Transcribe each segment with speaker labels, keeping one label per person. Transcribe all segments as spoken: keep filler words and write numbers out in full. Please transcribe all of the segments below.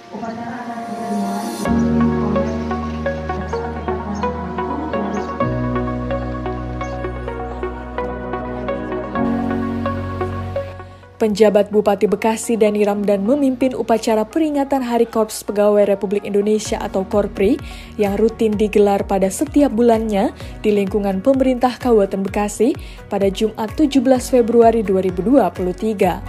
Speaker 1: Upacara akan dimulai dipimpin oleh Jaksa
Speaker 2: Penjabat Bupati Bekasi Dani Ramdan memimpin upacara peringatan Hari Korps Pegawai Republik Indonesia atau Korpri yang rutin digelar pada setiap bulannya di lingkungan pemerintah Kabupaten Bekasi pada Jumat tujuh belas Februari dua ribu dua puluh tiga.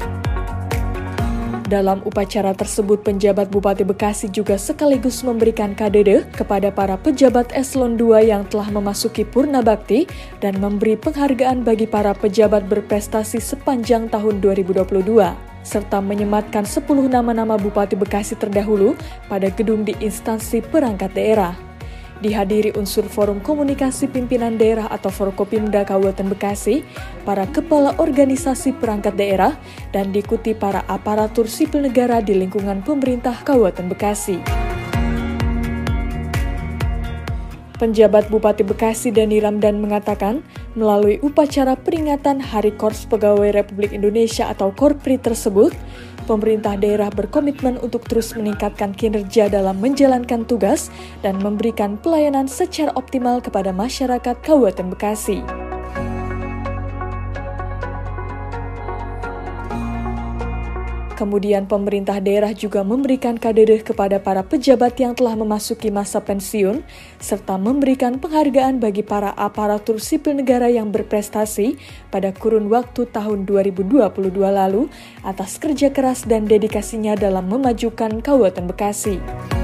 Speaker 2: Dalam upacara tersebut, penjabat Bupati Bekasi juga sekaligus memberikan kadede kepada para pejabat eselon dua yang telah memasuki Purna Bakti dan memberi penghargaan bagi para pejabat berprestasi sepanjang tahun dua ribu dua puluh dua, serta menyematkan sepuluh nama-nama Bupati Bekasi terdahulu pada gedung di instansi perangkat daerah. Dihadiri unsur Forum Komunikasi Pimpinan Daerah atau Forkopimda Kabupaten Bekasi, para kepala organisasi perangkat daerah, dan diikuti para aparatur sipil negara di lingkungan pemerintah Kabupaten Bekasi. Penjabat Bupati Bekasi Dani Ramdan mengatakan, melalui upacara peringatan Hari Korps Pegawai Republik Indonesia atau Korpri tersebut, pemerintah daerah berkomitmen untuk terus meningkatkan kinerja dalam menjalankan tugas dan memberikan pelayanan secara optimal kepada masyarakat Kabupaten Bekasi. Kemudian pemerintah daerah juga memberikan kadede kepada para pejabat yang telah memasuki masa pensiun, serta memberikan penghargaan bagi para aparatur sipil negara yang berprestasi pada kurun waktu tahun dua ribu dua puluh dua lalu atas kerja keras dan dedikasinya dalam memajukan Kabupaten Bekasi.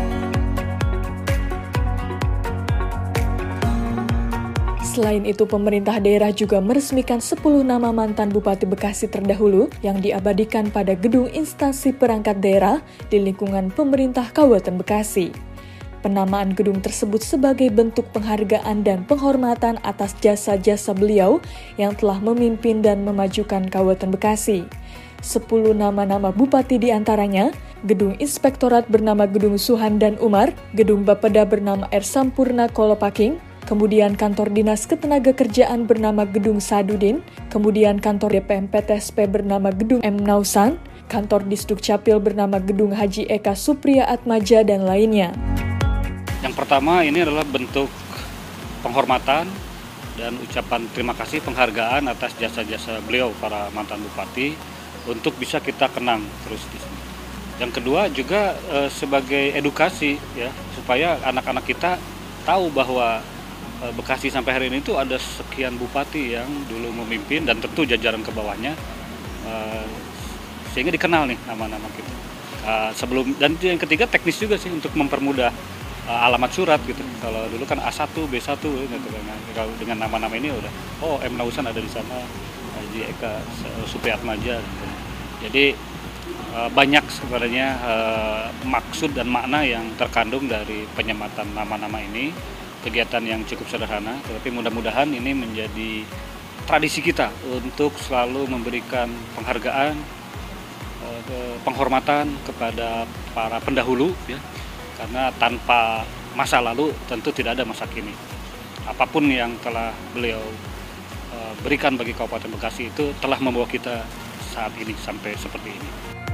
Speaker 2: Selain itu, pemerintah daerah juga meresmikan sepuluh nama mantan Bupati Bekasi terdahulu yang diabadikan pada gedung instansi perangkat daerah di lingkungan pemerintah Kabupaten Bekasi. Penamaan gedung tersebut sebagai bentuk penghargaan dan penghormatan atas jasa-jasa beliau yang telah memimpin dan memajukan Kabupaten Bekasi. Sepuluh nama-nama bupati diantaranya, Gedung Inspektorat bernama Gedung Suhan dan Umar, Gedung Bapeda bernama R. Sampurna Kolopaking, kemudian kantor dinas ketenagakerjaan bernama Gedung Sadudin, kemudian kantor D P M P T S P bernama Gedung M. Nausan, kantor Disduk Capil bernama Gedung Haji Eka Supriya Atmaja, dan lainnya.
Speaker 3: Yang pertama ini adalah bentuk penghormatan dan ucapan terima kasih penghargaan atas jasa-jasa beliau para mantan bupati untuk bisa kita kenang terus di sini. Yang kedua juga e, sebagai edukasi ya, supaya anak-anak kita tahu bahwa Bekasi sampai hari ini itu ada sekian bupati yang dulu memimpin dan tentu jajaran ke bawahnya, uh, sehingga dikenal nih nama-nama kita. Uh, sebelum dan yang ketiga teknis juga sih untuk mempermudah uh, alamat surat gitu. Kalau dulu kan A satu, B satu gitu kan. Kalau dengan nama-nama ini udah oh M. Nausan ada di sana, Haji Eka Supriyatmaja gitu. Jadi uh, banyak sebenarnya uh, maksud dan makna yang terkandung dari penyematan nama-nama ini. Kegiatan yang cukup sederhana, tetapi mudah-mudahan ini menjadi tradisi kita untuk selalu memberikan penghargaan, penghormatan kepada para pendahulu, ya, karena tanpa masa lalu tentu tidak ada masa kini. Apapun yang telah beliau berikan bagi Kabupaten Bekasi itu telah membawa kita saat ini sampai seperti ini.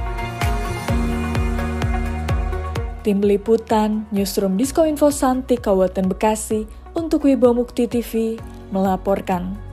Speaker 2: Tim Liputan, Newsroom Diskoinfo Santi Kabupaten Bekasi untuk Wibo Mukti T V melaporkan.